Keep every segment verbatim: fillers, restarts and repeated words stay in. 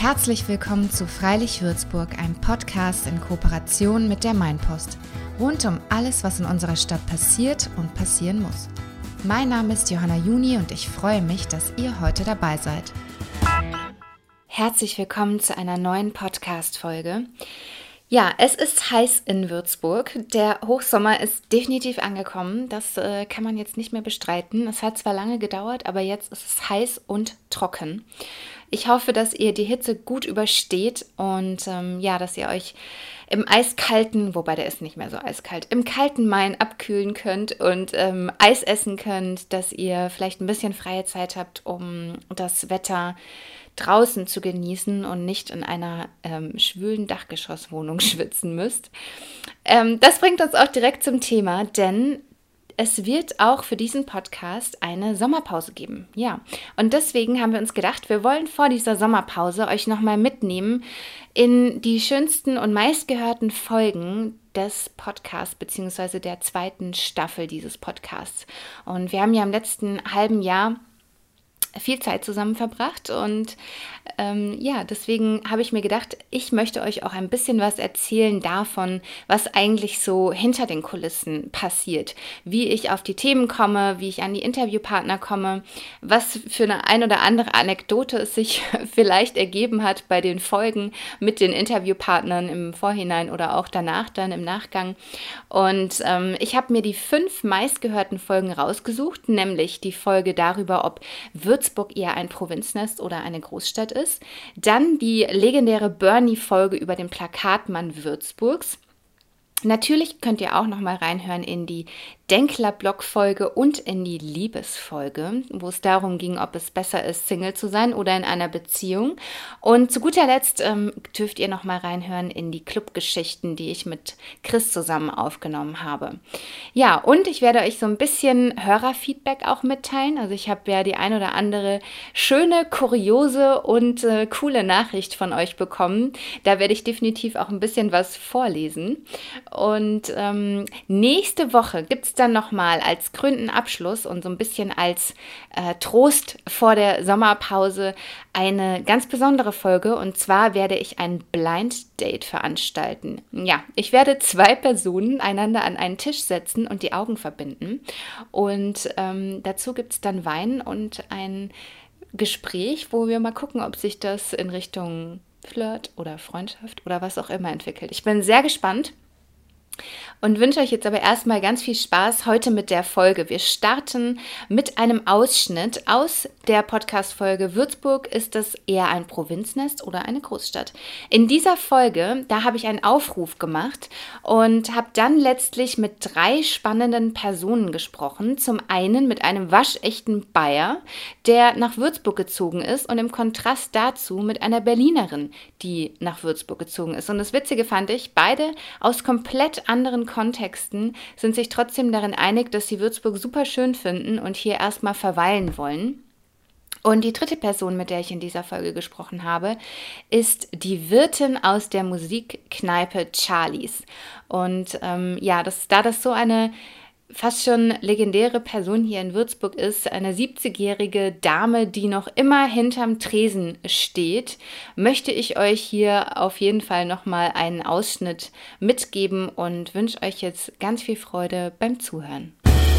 Herzlich willkommen zu Freilich Würzburg, einem Podcast in Kooperation mit der Mainpost. Rund um alles, was in unserer Stadt passiert und passieren muss. Mein Name ist Johanna Juni und ich freue mich, dass ihr heute dabei seid. Herzlich willkommen zu einer neuen Podcast-Folge. Ja, es ist heiß in Würzburg. Der Hochsommer ist definitiv angekommen. Das äh, kann man jetzt nicht mehr bestreiten. Es hat zwar lange gedauert, aber jetzt ist es heiß und trocken. Ich hoffe, dass ihr die Hitze gut übersteht und ähm, ja, dass ihr euch im eiskalten, wobei der ist nicht mehr so eiskalt, im kalten Main abkühlen könnt und ähm, Eis essen könnt, dass ihr vielleicht ein bisschen freie Zeit habt, um das Wetter draußen zu genießen und nicht in einer ähm, schwülen Dachgeschosswohnung schwitzen müsst. Ähm, das bringt uns auch direkt zum Thema, denn es wird auch für diesen Podcast eine Sommerpause geben. Ja, und deswegen haben wir uns gedacht, wir wollen vor dieser Sommerpause euch nochmal mitnehmen in die schönsten und meistgehörten Folgen des Podcasts beziehungsweise der zweiten Staffel dieses Podcasts. Und wir haben ja im letzten halben Jahr viel Zeit zusammen verbracht und ähm, ja, deswegen habe ich mir gedacht, ich möchte euch auch ein bisschen was erzählen davon, was eigentlich so hinter den Kulissen passiert, wie ich auf die Themen komme, wie ich an die Interviewpartner komme, was für eine ein oder andere Anekdote es sich vielleicht ergeben hat bei den Folgen mit den Interviewpartnern im Vorhinein oder auch danach, dann im Nachgang. Und ähm, ich habe mir die fünf meistgehörten Folgen rausgesucht, nämlich die Folge darüber, ob Würzburg eher ein Provinznest oder eine Großstadt ist. Dann die legendäre Bernie-Folge über den Plakatmann Würzburgs. Natürlich könnt ihr auch noch mal reinhören in die Denkler-Blog-Folge und in die Liebesfolge, wo es darum ging, ob es besser ist, Single zu sein oder in einer Beziehung. Und zu guter Letzt ähm, dürft ihr noch mal reinhören in die Clubgeschichten, die ich mit Chris zusammen aufgenommen habe. Ja, und ich werde euch so ein bisschen Hörerfeedback auch mitteilen. Also ich habe ja die ein oder andere schöne, kuriose und äh, coole Nachricht von euch bekommen. Da werde ich definitiv auch ein bisschen was vorlesen. Und ähm, nächste Woche gibt es dann nochmal als krönenden Abschluss und so ein bisschen als äh, Trost vor der Sommerpause eine ganz besondere Folge. Und zwar werde ich ein Blind Date veranstalten. Ja, ich werde zwei Personen einander an einen Tisch setzen und die Augen verbinden. Und ähm, dazu gibt es dann Wein und ein Gespräch, wo wir mal gucken, ob sich das in Richtung Flirt oder Freundschaft oder was auch immer entwickelt. Ich bin sehr gespannt. Und wünsche euch jetzt aber erstmal ganz viel Spaß heute mit der Folge. Wir starten mit einem Ausschnitt aus der Podcast-Folge Würzburg. Ist das eher ein Provinznest oder eine Großstadt? In dieser Folge, da habe ich einen Aufruf gemacht und habe dann letztlich mit drei spannenden Personen gesprochen. Zum einen mit einem waschechten Bayer, der nach Würzburg gezogen ist und im Kontrast dazu mit einer Berlinerin, die nach Würzburg gezogen ist. Und das Witzige fand ich, beide aus komplett anderen Kontexten sind sich trotzdem darin einig, dass sie Würzburg super schön finden und hier erstmal verweilen wollen. Und die dritte Person, mit der ich in dieser Folge gesprochen habe, ist die Wirtin aus der Musikkneipe Charlies. Und ähm, ja, das, da das so eine fast schon legendäre Person hier in Würzburg ist, eine siebzigjährige Dame, die noch immer hinterm Tresen steht, möchte ich euch hier auf jeden Fall nochmal einen Ausschnitt mitgeben und wünsche euch jetzt ganz viel Freude beim Zuhören.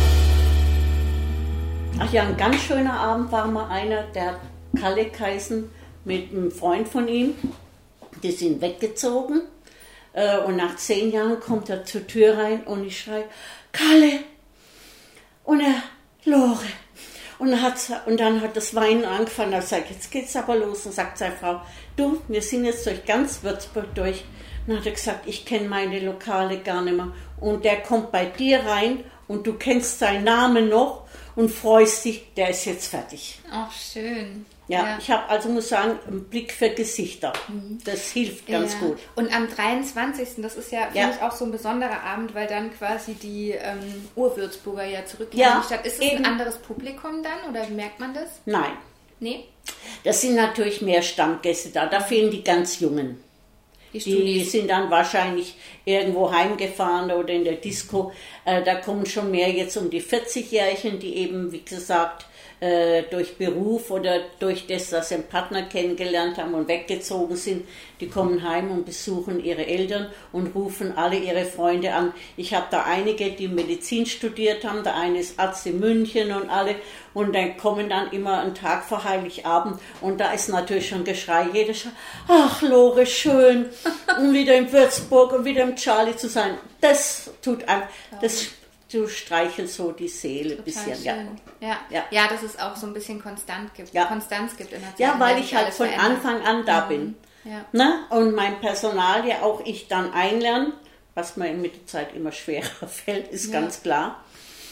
Ach ja, ein ganz schöner Abend war mal einer, der hat Kalle geheißen, mit einem Freund von ihm. Die sind weggezogen und nach zehn Jahren kommt er zur Tür rein und ich schreie, Kalle und er, Lore. Und, hat, und dann hat das Weinen angefangen. Er sagt, jetzt geht's aber los. Und sagt seine Frau, du, wir sind jetzt durch ganz Würzburg durch. Und dann hat er gesagt, ich kenne meine Lokale gar nicht mehr. Und der kommt bei dir rein und du kennst seinen Namen noch und freust dich, der ist jetzt fertig. Ach, schön. Ja, ja. Ich habe also, muss sagen, einen Blick für Gesichter. Mhm. Das hilft ganz ja. gut. Und am dreiundzwanzigsten das ist ja, finde ja. ich, auch so ein besonderer Abend, weil dann quasi die ähm, Urwürzburger ja zurückkehren ja, in die Stadt. Ist es eben. ein anderes Publikum dann oder merkt man das? Nein. Nee? Das sind natürlich mehr Stammgäste da. Da fehlen die ganz Jungen. Die, die sind dann wahrscheinlich irgendwo heimgefahren oder in der Disco. Äh, da kommen schon mehr jetzt um die vierzigjährigen, die eben, wie gesagt, äh, durch Beruf oder durch das, dass sie einen Partner kennengelernt haben und weggezogen sind, die kommen heim und besuchen ihre Eltern und rufen alle ihre Freunde an. Ich habe da einige, die Medizin studiert haben, der eine ist Arzt in München und alle, und dann kommen dann immer einen Tag vor Heiligabend und da ist natürlich schon Geschrei, jeder schreit, ach Lore, schön, und wieder in Würzburg und wieder im Charlie zu sein. Das tut einfach, das du streichelst so die Seele ein bisschen. Ja. Ja. Ja. ja, dass es auch so ein bisschen Konstant gibt, ja. Konstanz gibt in der Zeit. Ja, weil ich halt von verändert. Anfang an da mhm. bin. Ja. Ne? Und mein Personal ja auch ich dann einlerne, was mir mit der Zeit immer schwerer fällt, ist ja. ganz klar,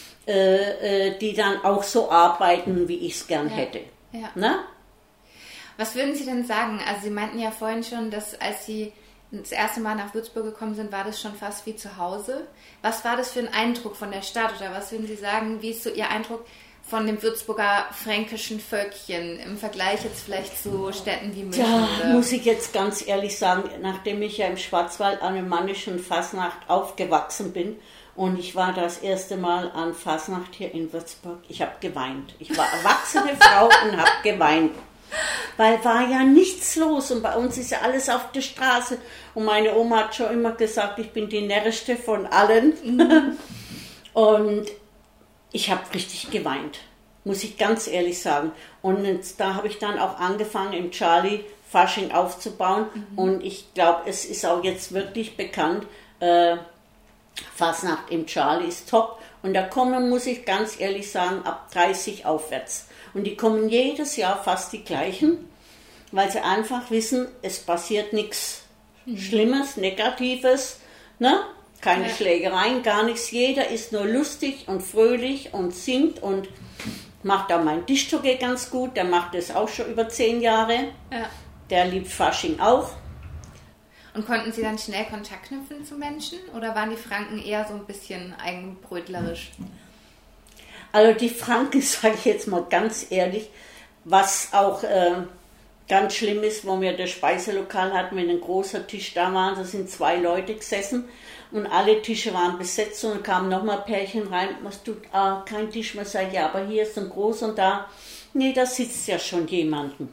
äh, äh, die dann auch so arbeiten, wie ich es gern ja. hätte. Ja. Ne? Was würden Sie denn sagen? Also Sie meinten ja vorhin schon, dass als Sie das erste Mal nach Würzburg gekommen sind, war das schon fast wie zu Hause. Was war das für ein Eindruck von der Stadt? Oder was würden Sie sagen, wie ist so Ihr Eindruck von dem Würzburger fränkischen Völkchen im Vergleich jetzt vielleicht zu Städten wie München? Ja, oder? muss ich jetzt ganz ehrlich sagen, nachdem ich ja im Schwarzwald an der Mannischen Fasnacht aufgewachsen bin und ich war das erste Mal an Fasnacht hier in Würzburg, ich habe geweint. Ich war erwachsene Frau und habe geweint. Weil war ja nichts los und bei uns ist ja alles auf der Straße und meine Oma hat schon immer gesagt, ich bin die närrischste von allen mhm. und ich habe richtig geweint, muss ich ganz ehrlich sagen, und jetzt, da habe ich dann auch angefangen im Charlie Fasching aufzubauen mhm. und ich glaube, es ist auch jetzt wirklich bekannt, äh, Fasnacht im Charlie ist top und da kommen, muss ich ganz ehrlich sagen, ab dreißig aufwärts. Und die kommen jedes Jahr fast die gleichen, weil sie einfach wissen, es passiert nichts Schlimmes, Negatives, ne? Keine ja. Schlägereien, gar nichts. Jeder ist nur lustig und fröhlich und singt und macht auch mein Dischtoge ganz gut. Der macht das auch schon über zehn Jahre. Ja. Der liebt Fasching auch. Und konnten Sie dann schnell Kontakt knüpfen zu Menschen oder waren die Franken eher so ein bisschen eigenbrötlerisch? Also die Franken, sage ich jetzt mal ganz ehrlich, was auch äh, ganz schlimm ist, wo wir das Speiselokal hatten, wenn ein großer Tisch da war, da sind zwei Leute gesessen und alle Tische waren besetzt und dann kamen nochmal Pärchen rein, was tut, ah, kein Tisch mehr, sag ich, ja, aber hier ist ein groß und da, nee, da sitzt ja schon jemanden.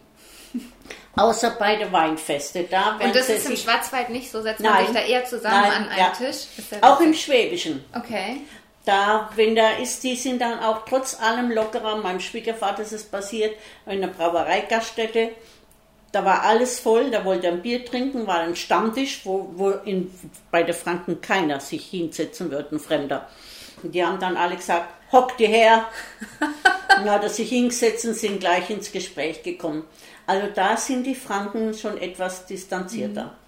Außer bei der Weinfeste. Da und das ist im Schwarzwald nicht so, setzt nein, man sich da eher zusammen nein, an einen ja. Tisch? Auch im Schwäbischen. Okay. Da, wenn da ist, die sind dann auch trotz allem lockerer. Meinem Schwiegervater ist es passiert, in einer Brauereigaststätte. Da war alles voll, da wollte er ein Bier trinken, war ein Stammtisch, wo, wo in, bei den Franken keiner sich hinsetzen würde, ein Fremder. Und die haben dann alle gesagt, hock dir her. Dann hat er sich hingesetzt und sind gleich ins Gespräch gekommen. Also da sind die Franken schon etwas distanzierter. Mhm.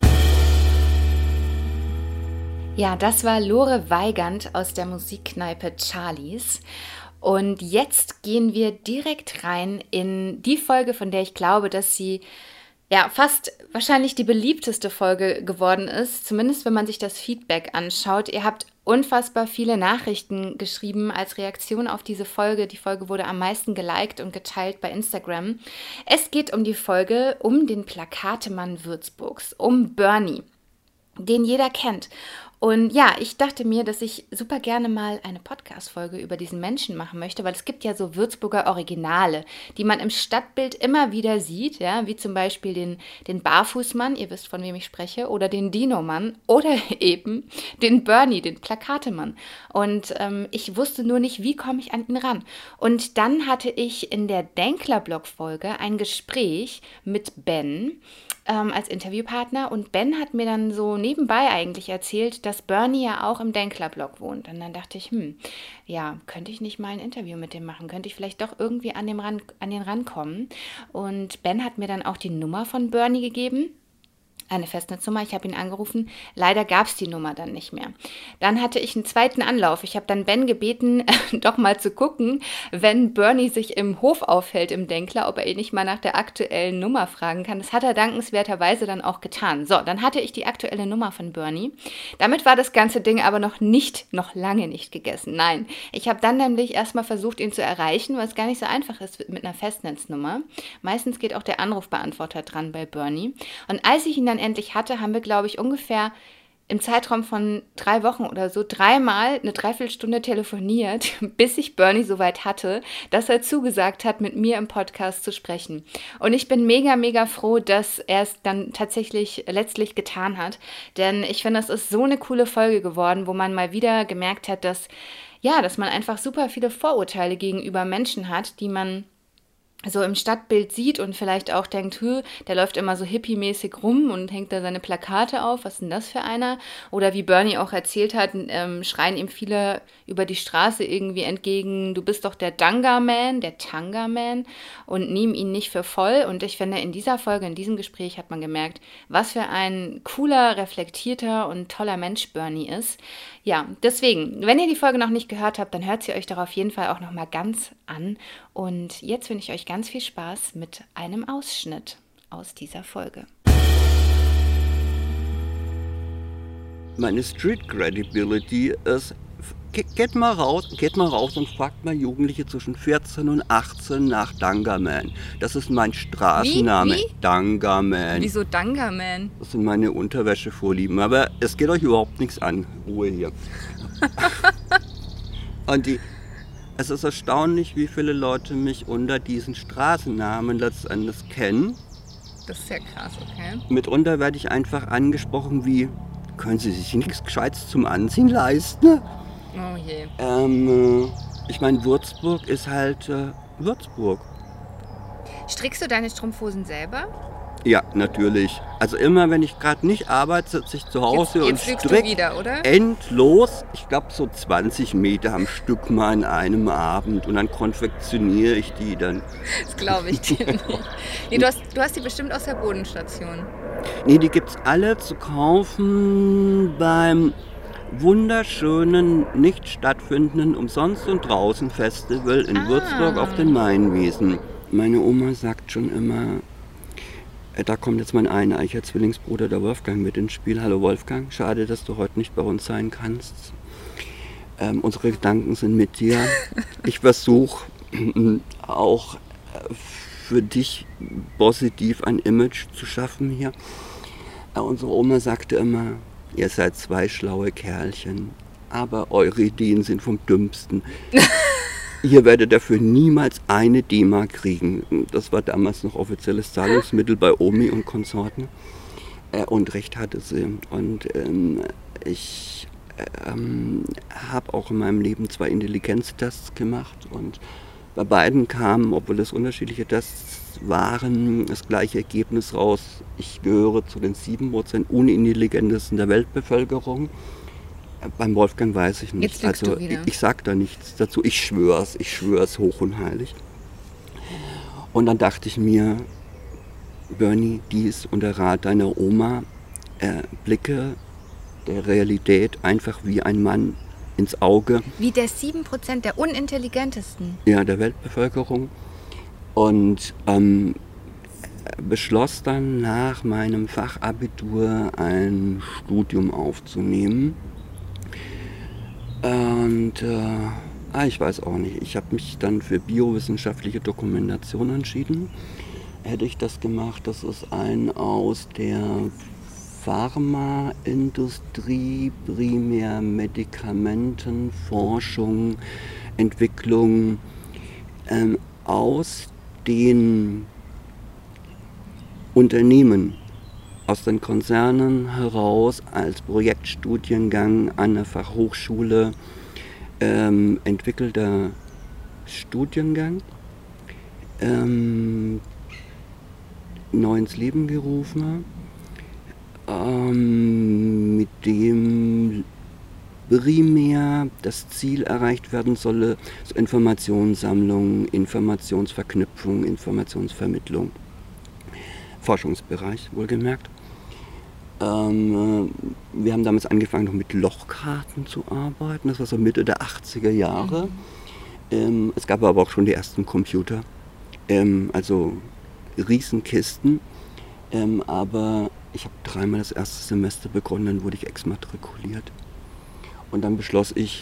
Ja, das war Lore Weigand aus der Musikkneipe Charlies. Und jetzt gehen wir direkt rein in die Folge, von der ich glaube, dass sie ja fast wahrscheinlich die beliebteste Folge geworden ist, zumindest wenn man sich das Feedback anschaut. Ihr habt unfassbar viele Nachrichten geschrieben als Reaktion auf diese Folge. Die Folge wurde am meisten geliked und geteilt bei Instagram. Es geht um die Folge um den Plakatemann Würzburgs, um Bernie, den jeder kennt. Und ja, ich dachte mir, dass ich super gerne mal eine Podcast-Folge über diesen Menschen machen möchte, weil es gibt ja so Würzburger Originale, die man im Stadtbild immer wieder sieht, ja, wie zum Beispiel den, den Barfußmann, ihr wisst, von wem ich spreche, oder den Dino-Mann oder eben den Bernie, den Plakatemann. Und ähm, ich wusste nur nicht, wie komme ich an ihn ran. Und dann hatte ich in der Denkler-Blog-Folge ein Gespräch mit Ben, als Interviewpartner, und Ben hat mir dann so nebenbei eigentlich erzählt, dass Bernie ja auch im Denkler-Blog wohnt. Und dann dachte ich, hm, ja, könnte ich nicht mal ein Interview mit dem machen? Könnte ich vielleicht doch irgendwie an, dem ran, an den rankommen? Und Ben hat mir dann auch die Nummer von Bernie gegeben. Eine Festnetznummer, ich habe ihn angerufen, leider gab es die Nummer dann nicht mehr. Dann hatte ich einen zweiten Anlauf, ich habe dann Ben gebeten, doch mal zu gucken, wenn Bernie sich im Hof aufhält im Denkler, ob er ihn nicht mal nach der aktuellen Nummer fragen kann. Das hat er dankenswerterweise dann auch getan. So, dann hatte ich die aktuelle Nummer von Bernie. Damit war das ganze Ding aber noch nicht, noch lange nicht gegessen. Nein, ich habe dann nämlich erstmal versucht, ihn zu erreichen, weil es gar nicht so einfach ist mit einer Festnetznummer. Meistens geht auch der Anrufbeantworter dran bei Bernie. Und als ich ihn dann endlich hatte, haben wir, glaube ich, ungefähr im Zeitraum von drei Wochen oder so dreimal eine Dreiviertelstunde telefoniert, bis ich Bernie so weit hatte, dass er zugesagt hat, mit mir im Podcast zu sprechen. Und ich bin mega, mega froh, dass er es dann tatsächlich letztlich getan hat. Denn ich finde, es ist so eine coole Folge geworden, wo man mal wieder gemerkt hat, dass, ja, dass man einfach super viele Vorurteile gegenüber Menschen hat, die man so im Stadtbild sieht und vielleicht auch denkt, hö, der läuft immer so hippie-mäßig rum und hängt da seine Plakate auf, was ist denn das für einer? Oder wie Bernie auch erzählt hat, ähm, schreien ihm viele über die Straße irgendwie entgegen, du bist doch der Danga-Man, der Tanga-Man und nehmen ihn nicht für voll. Und ich finde, in dieser Folge, in diesem Gespräch hat man gemerkt, was für ein cooler, reflektierter und toller Mensch Bernie ist. Ja, deswegen, wenn ihr die Folge noch nicht gehört habt, dann hört sie euch doch auf jeden Fall auch nochmal ganz an. Und jetzt wünsche ich euch ganz viel Spaß mit einem Ausschnitt aus dieser Folge. Meine Street Credibility ist, geht mal raus, geht mal raus und fragt mal Jugendliche zwischen vierzehn und achtzehn nach Danga-Man. Das ist mein Straßenname. Wie? Wie? Danga-Man. Wieso Danga-Man? Das sind meine Unterwäschevorlieben. Aber es geht euch überhaupt nichts an. Ruhe hier. Und die, es ist erstaunlich, wie viele Leute mich unter diesen Straßennamen letztendlich kennen. Das ist ja krass, okay. Mitunter werde ich einfach angesprochen wie, können Sie sich nichts Gescheites zum Anziehen leisten? Oh je. Ähm, ich meine, Würzburg ist halt äh, Würzburg. Strickst du deine Strumpfhosen selber? Ja, natürlich. Also immer, wenn ich gerade nicht arbeite, sitze ich zu Hause Jetzt, jetzt und stricke stricke oder? endlos. Ich glaube so zwanzig Meter am Stück mal an einem Abend und dann konfektioniere ich die dann. Das glaube ich dir nicht. Nee, du, hast, du hast die bestimmt aus der Bodenstation. Nee, die gibt's alle zu kaufen beim wunderschönen, nicht stattfindenden Umsonst- und Draußen-Festival in Ah. Würzburg auf den Mainwiesen. Meine Oma sagt schon immer, äh, da kommt jetzt mein eineicher Zwillingsbruder, der Wolfgang, mit ins Spiel. Hallo Wolfgang, schade, dass du heute nicht bei uns sein kannst. Ähm, unsere Gedanken sind mit dir. Ich versuche auch äh, für dich positiv ein Image zu schaffen hier. Äh, unsere Oma sagte immer, ihr seid zwei schlaue Kerlchen, aber eure Ideen sind vom Dümmsten. Ihr werdet dafür niemals eine D-Mark kriegen. Das war damals noch offizielles Zahlungsmittel bei Omi und Konsorten. Äh, und recht hatte sie. Und ähm, ich ähm, habe auch in meinem Leben zwei Intelligenztests gemacht. Und bei beiden kam, obwohl es unterschiedliche Tests waren, das gleiche Ergebnis raus. Ich gehöre zu den sieben Prozent unintelligentesten der Weltbevölkerung. Beim Wolfgang weiß ich nicht. Jetzt lügst also du wieder. ich, ich sage da nichts dazu. Ich schwör's, ich schwör's hoch und heilig. Und dann dachte ich mir, Bernie, dies und der Rat deiner Oma, äh, blicke der Realität einfach wie ein Mann ins Auge. Wie der sieben Prozent der unintelligentesten. Ja, der Weltbevölkerung. Und ähm, beschloss dann nach meinem Fachabitur ein Studium aufzunehmen. Und äh, ah, ich weiß auch nicht, ich habe mich dann für biowissenschaftliche Dokumentation entschieden. Hätte ich das gemacht, das ist ein aus der Pharmaindustrie, primär Medikamenten, Forschung, Entwicklung, ähm, aus den Unternehmen, aus den Konzernen heraus als Projektstudiengang an der Fachhochschule ähm, entwickelter Studiengang, ähm, neu ins Leben gerufen, ähm, mit dem primär das Ziel erreicht werden solle, so Informationssammlung, Informationsverknüpfung, Informationsvermittlung, Forschungsbereich wohlgemerkt. Ähm, wir haben damals angefangen noch mit Lochkarten zu arbeiten, das war so Mitte der achtziger Jahre. Mhm. Ähm, es gab aber auch schon die ersten Computer, ähm, also Riesenkisten, ähm, aber ich habe dreimal das erste Semester begonnen, dann wurde ich exmatrikuliert. Und dann beschloss ich,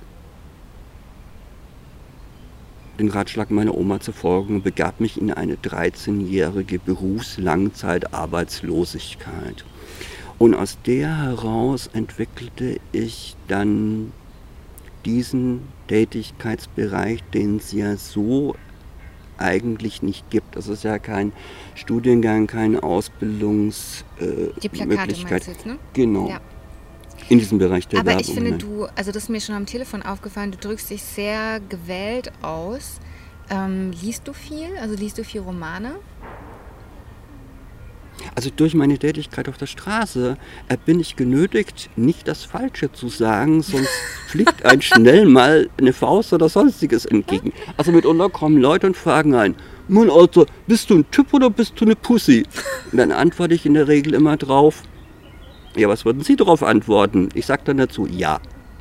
den Ratschlag meiner Oma zu folgen und begab mich in eine dreizehnjährige Berufslangzeitarbeitslosigkeit. Und aus der heraus entwickelte ich dann diesen Tätigkeitsbereich, den es ja so eigentlich nicht gibt. Das ist ja kein Studiengang, keine Ausbildungsmöglichkeit. Äh, Die Plakate meinst du jetzt, ne? Genau. Ja. In diesem Bereich der Aber Werbung. ich finde, ne? du, also das ist mir schon am Telefon aufgefallen, du drückst dich sehr gewählt aus. Ähm, liest du viel? Also liest du viel Romane? Also durch meine Tätigkeit auf der Straße äh, bin ich genötigt, nicht das Falsche zu sagen, sonst fliegt einem schnell mal eine Faust oder sonstiges entgegen. Also mitunter kommen Leute und fragen ein, Mann, Alter, bist du ein Typ oder bist du eine Pussy? Und dann antworte ich in der Regel immer drauf, ja, was würden Sie darauf antworten? Ich sage dann dazu, ja.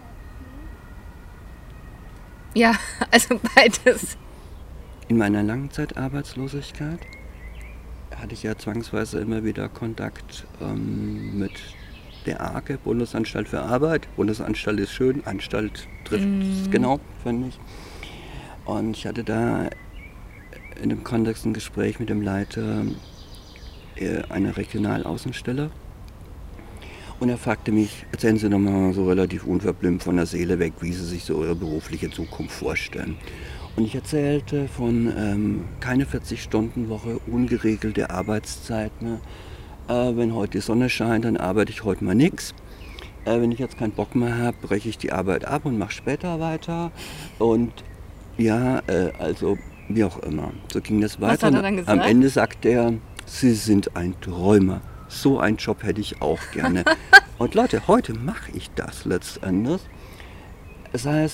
Ja, also beides. In meiner Langzeitarbeitslosigkeit hatte ich ja zwangsweise immer wieder Kontakt ähm, mit der A G E, Bundesanstalt für Arbeit. Bundesanstalt ist schön, Anstalt trifft es mm. genau, finde ich. Und ich hatte da in dem Kontext ein Gespräch mit dem Leiter äh, einer Regionalaußenstelle. Und er fragte mich, erzählen Sie doch mal so relativ unverblümt von der Seele weg, wie Sie sich so Ihre berufliche Zukunft vorstellen. Und ich erzählte von ähm, keine vierzig-Stunden-Woche, ungeregelte Arbeitszeit. Ne? Äh, wenn heute die Sonne scheint, dann arbeite ich heute mal nichts. Äh, wenn ich jetzt keinen Bock mehr habe, breche ich die Arbeit ab und mache später weiter. Und ja, äh, also wie auch immer. So ging das weiter. Was hat er dann gesagt? Am Ende sagte er, Sie sind ein Träumer. So einen Job hätte ich auch gerne. Und Leute, heute mache ich das letztendlich. Das heißt,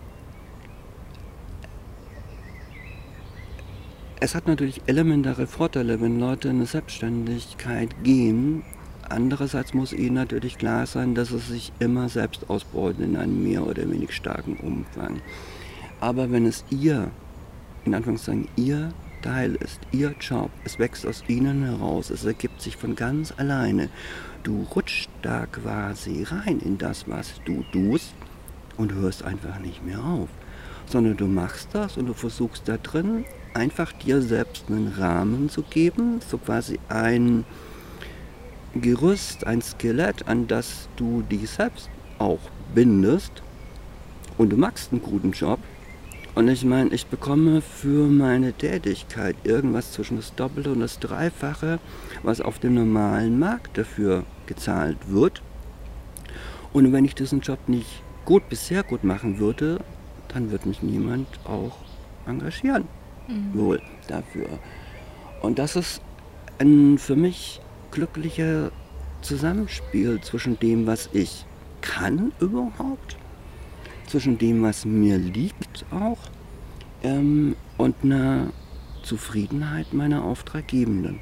es hat natürlich elementare Vorteile, wenn Leute in eine Selbstständigkeit gehen. Andererseits muss ihnen natürlich klar sein, dass es sich immer selbst ausbeuten in einem mehr oder weniger starken Umfang. Aber wenn es ihr, in Anführungszeichen, ihr Teil ist, ihr Job, es wächst aus ihnen heraus, es ergibt sich von ganz alleine. Du rutschst da quasi rein in das, was du tust und hörst einfach nicht mehr auf. Sondern du machst das und du versuchst da drin einfach dir selbst einen Rahmen zu geben, so quasi ein Gerüst, ein Skelett, an das du dich selbst auch bindest und du machst einen guten Job. Und ich meine, ich bekomme für meine Tätigkeit irgendwas zwischen das Doppelte und das Dreifache, was auf dem normalen Markt dafür gezahlt wird. Und wenn ich diesen Job nicht gut bis sehr gut machen würde, dann wird mich niemand auch engagieren. Mhm. Wohl dafür. Und das ist ein für mich glücklicher Zusammenspiel zwischen dem, was ich kann überhaupt, zwischen dem, was mir liegt auch, ähm, und einer Zufriedenheit meiner Auftraggebenden.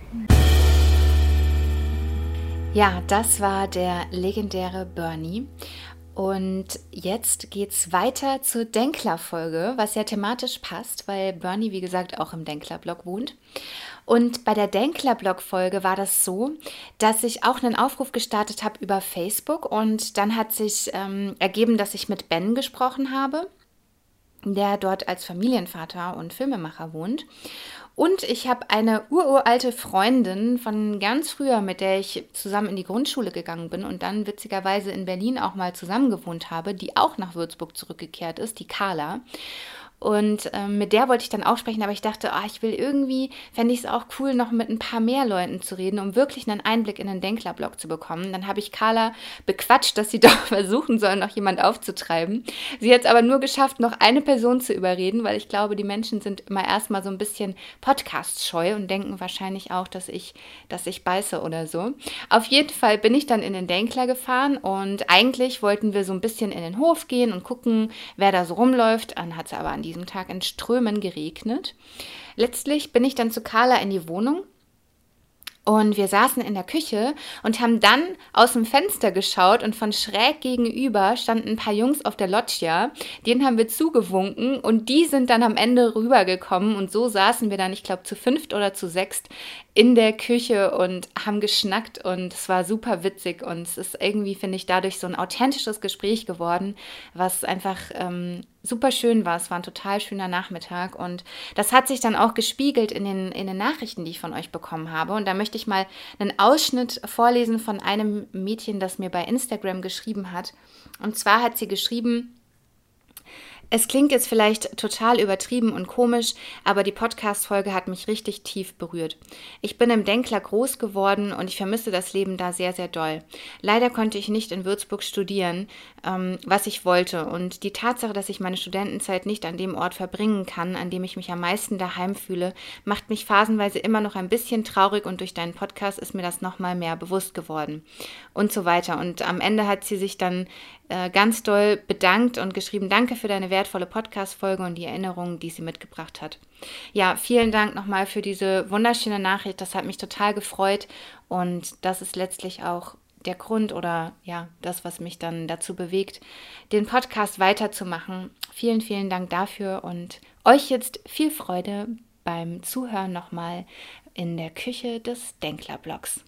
Ja, das war der legendäre Bernie. Und jetzt geht's weiter zur Denkler-Folge, was ja thematisch passt, weil Bernie, wie gesagt, auch im Denkler-Blog wohnt. Und bei der Denkler-Blog-Folge war das so, dass ich auch einen Aufruf gestartet habe über Facebook und dann hat sich ähm, ergeben, dass ich mit Ben gesprochen habe, der dort als Familienvater und Filmemacher wohnt. Und ich habe eine ururalte Freundin von ganz früher, mit der ich zusammen in die Grundschule gegangen bin und dann witzigerweise in Berlin auch mal zusammen gewohnt habe, die auch nach Würzburg zurückgekehrt ist, die Carla. Und ähm, mit der wollte ich dann auch sprechen, aber ich dachte, oh, ich will irgendwie, fände ich es auch cool, noch mit ein paar mehr Leuten zu reden, um wirklich einen Einblick in den Denkler-Blog zu bekommen. Dann habe ich Carla bequatscht, dass sie doch versuchen soll, noch jemand aufzutreiben. Sie hat es aber nur geschafft, noch eine Person zu überreden, weil ich glaube, die Menschen sind immer erstmal so ein bisschen podcast-scheu und denken wahrscheinlich auch, dass ich, dass ich beiße oder so. Auf jeden Fall bin ich dann in den Denkler gefahren und eigentlich wollten wir so ein bisschen in den Hof gehen und gucken, wer da so rumläuft. Dann hat es aber an diesem Tag in Strömen geregnet. Letztlich bin ich dann zu Carla in die Wohnung und wir saßen in der Küche und haben dann aus dem Fenster geschaut und von schräg gegenüber standen ein paar Jungs auf der Loggia, denen haben wir zugewunken und die sind dann am Ende rübergekommen und so saßen wir dann, ich glaube, zu fünft oder zu sechst in der Küche und haben geschnackt und es war super witzig und es ist irgendwie, finde ich, dadurch so ein authentisches Gespräch geworden, was einfach ähm, super schön war. Es war ein total schöner Nachmittag und das hat sich dann auch gespiegelt in den, in den Nachrichten, die ich von euch bekommen habe. Und da möchte ich mal einen Ausschnitt vorlesen von einem Mädchen, das mir bei Instagram geschrieben hat. Und zwar hat sie geschrieben: Es klingt jetzt vielleicht total übertrieben und komisch, aber die Podcast-Folge hat mich richtig tief berührt. Ich bin im Denkler groß geworden und ich vermisse das Leben da sehr, sehr doll. Leider konnte ich nicht in Würzburg studieren, ähm, was ich wollte. Und die Tatsache, dass ich meine Studentenzeit nicht an dem Ort verbringen kann, an dem ich mich am meisten daheim fühle, macht mich phasenweise immer noch ein bisschen traurig und durch deinen Podcast ist mir das nochmal mehr bewusst geworden. Und so weiter. Und am Ende hat sie sich dann äh, ganz doll bedankt und geschrieben: Danke für deine wertvolle Podcast-Folge und die Erinnerungen, die sie mitgebracht hat. Ja, vielen Dank nochmal für diese wunderschöne Nachricht. Das hat mich total gefreut und das ist letztlich auch der Grund oder ja, das, was mich dann dazu bewegt, den Podcast weiterzumachen. Vielen, vielen Dank dafür und euch jetzt viel Freude beim Zuhören nochmal in der Küche des Denkler-Blogs.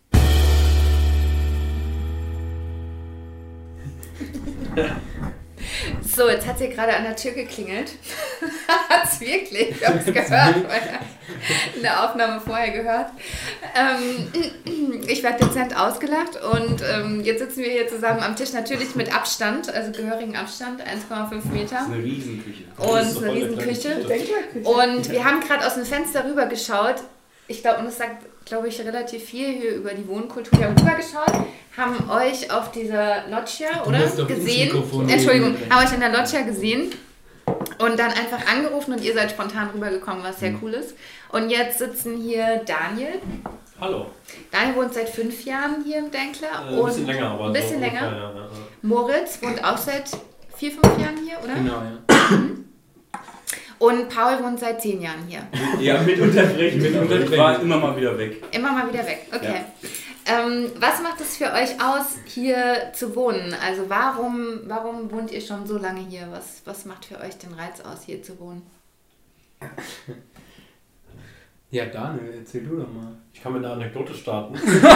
So, jetzt hat sie gerade an der Tür geklingelt. Hat's wirklich? Ich habe es gehört. In der Aufnahme vorher gehört. Ähm, ich werde dezent ausgelacht und ähm, jetzt sitzen wir hier zusammen am Tisch, natürlich mit Abstand, also gehörigen Abstand, eins Komma fünf Meter. Das ist eine Riesenküche. Und eine Riesenküche. Und wir haben gerade aus dem Fenster rüber geschaut. Ich glaube, und das sagt, glaube ich, relativ viel hier über die Wohnkultur. Wir haben rübergeschaut, haben euch auf dieser Loggia, oder? Gesehen. Entschuldigung, haben euch in der Loggia gesehen und dann einfach angerufen und ihr seid spontan rübergekommen, was sehr cool ist. Und jetzt sitzen hier Daniel. Hallo. Daniel wohnt seit fünf Jahren hier im Denkler. Äh, ein bisschen länger, aber ein bisschen so länger. Ungefähr, ja, ja. Moritz wohnt auch seit vier, fünf Jahren hier, oder? Genau, ja. Und Paul wohnt seit zehn Jahren hier. Ja, mit Unterbrechung. Mit Unterbrechung. Ich war immer mal wieder weg. Immer mal wieder weg, okay. Ja. Ähm, was macht es für euch aus, hier zu wohnen? Also warum, warum wohnt ihr schon so lange hier? Was, was macht für euch den Reiz aus, hier zu wohnen? Ja, Daniel, erzähl du doch mal. Ich kann mit einer Anekdote starten.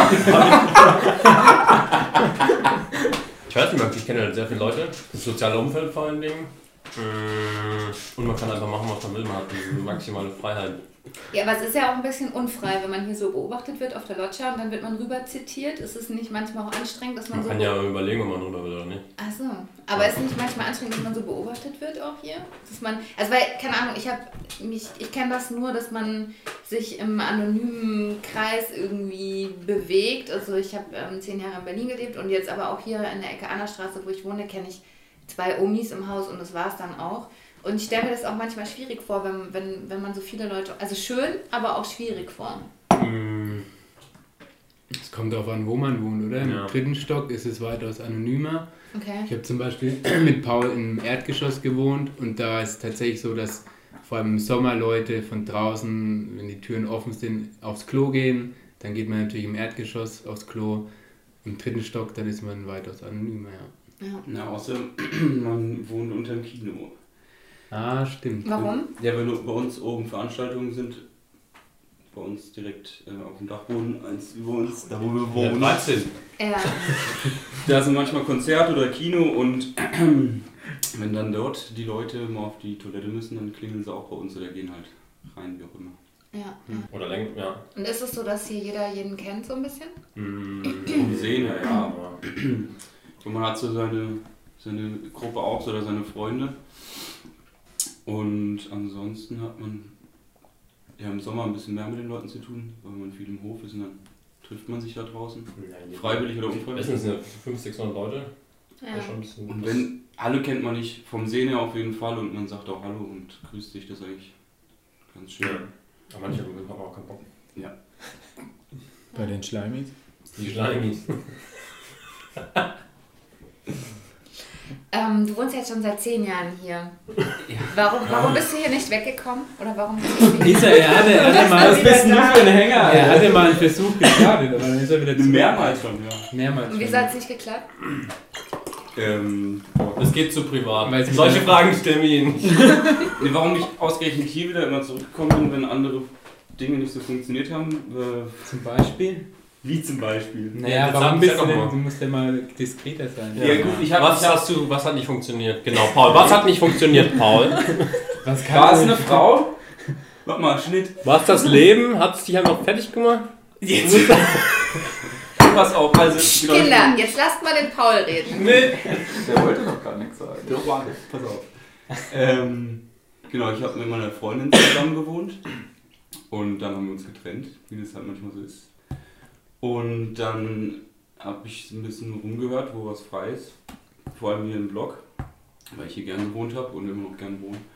Ich weiß nicht, ich kenne halt sehr viele Leute. Das soziale Umfeld vor allen Dingen. Und man kann einfach machen, was man will. Man hat diese maximale Freiheit. Ja, aber es ist ja auch ein bisschen unfrei, wenn man hier so beobachtet wird auf der Loggia und dann wird man rüber zitiert. Ist es nicht manchmal auch anstrengend, dass man, man so... Man kann ja überlegen, ob man rüber will oder nicht. Ach so. Aber ist es nicht manchmal anstrengend, dass man so beobachtet wird auch hier? Dass man... Also weil, keine Ahnung, ich habe mich... Ich kenne das nur, dass man sich im anonymen Kreis irgendwie bewegt. Also ich habe ähm, zehn Jahre in Berlin gelebt und jetzt aber auch hier in der Ecke Annastraße, wo ich wohne, kenne ich zwei Omis im Haus und das war es dann auch. Und ich stelle mir das auch manchmal schwierig vor, wenn, wenn, wenn man so viele Leute... Also schön, aber auch schwierig vor. Es kommt darauf an, wo man wohnt, oder? Im ja. dritten Stock ist es weitaus anonymer. Okay. Ich habe zum Beispiel mit Paul im Erdgeschoss gewohnt und da ist es tatsächlich so, dass vor allem im Sommer Leute von draußen, wenn die Türen offen sind, aufs Klo gehen. Dann geht man natürlich im Erdgeschoss aufs Klo. Im dritten Stock, dann ist man weitaus anonymer, ja. Ja. Na, außer man wohnt unter dem Kino. Ah, stimmt. Warum? Ja, wenn bei uns oben Veranstaltungen sind, bei uns direkt äh, auf dem Dachboden, eins über uns, da wo wir wohnen. Ja, sind. Ja. Da sind manchmal Konzerte oder Kino und wenn dann dort die Leute mal auf die Toilette müssen, dann klingeln sie auch bei uns oder gehen halt rein, wie auch immer. Ja, ja. Oder länger, ja. Und ist es so, dass hier jeder jeden kennt, so ein bisschen? Vom Sehen her, ja. Aber und man hat so seine, seine Gruppe auch so, oder seine Freunde. Und ansonsten hat man ja im Sommer ein bisschen mehr mit den Leuten zu tun, weil man viel im Hof ist und dann trifft man sich da draußen. Ja, freiwillig oder unfreiwillig. Das sind ja fünfhundert, sechshundert Leute. Ja. Schon ein bisschen und wenn, alle kennt man nicht vom Sehen her auf jeden Fall und man sagt auch Hallo und grüßt sich, das ist eigentlich ganz schön. Ja. Aber manche haben auch keinen Bock. Ja. Bei den Schleimis? Die Schleimis. Ähm, du wohnst jetzt schon seit zehn Jahren hier. Ja. Warum, warum bist du hier nicht weggekommen? Oder warum bist du hier? Isa, er hatte, er hatte mal, was bist du für ein Hänger? Er hatte mal einen Versuch gestartet, aber dann ist er wieder zu. Mehrmals schon, ja. Mehrmals Und wieso hat es nicht geklappt? Ähm, das geht zu privat. Weil solche Fragen stellen wir ihn. Nee, warum ich ausgerechnet hier wieder immer zurückgekommen bin, wenn andere Dinge nicht so funktioniert haben. Äh, Zum Beispiel? Wie zum Beispiel. Naja, jetzt warum sag- bist sag du doch denn, mal. du musst ja mal diskreter sein. Ja, gut, ich hab, Was ich hab, hast du, was hat nicht funktioniert? Genau, Paul. Was hat nicht funktioniert, Paul? Was kann War es denn- eine Frau? Mach mal, Schnitt. Was das Leben? Hat es dich einfach fertig gemacht? Jetzt. Pass auf, also. genau, Kinder, jetzt lasst mal den Paul reden. Nee. Der wollte noch gar nichts sagen. Doch, warte, pass auf. Ähm, genau, ich habe mit meiner Freundin zusammen gewohnt. Und dann haben wir uns getrennt, wie das halt manchmal so ist. Und dann habe ich ein bisschen rumgehört, wo was frei ist. Vor allem hier im Block, weil ich hier gerne gewohnt habe und immer noch gerne wohne.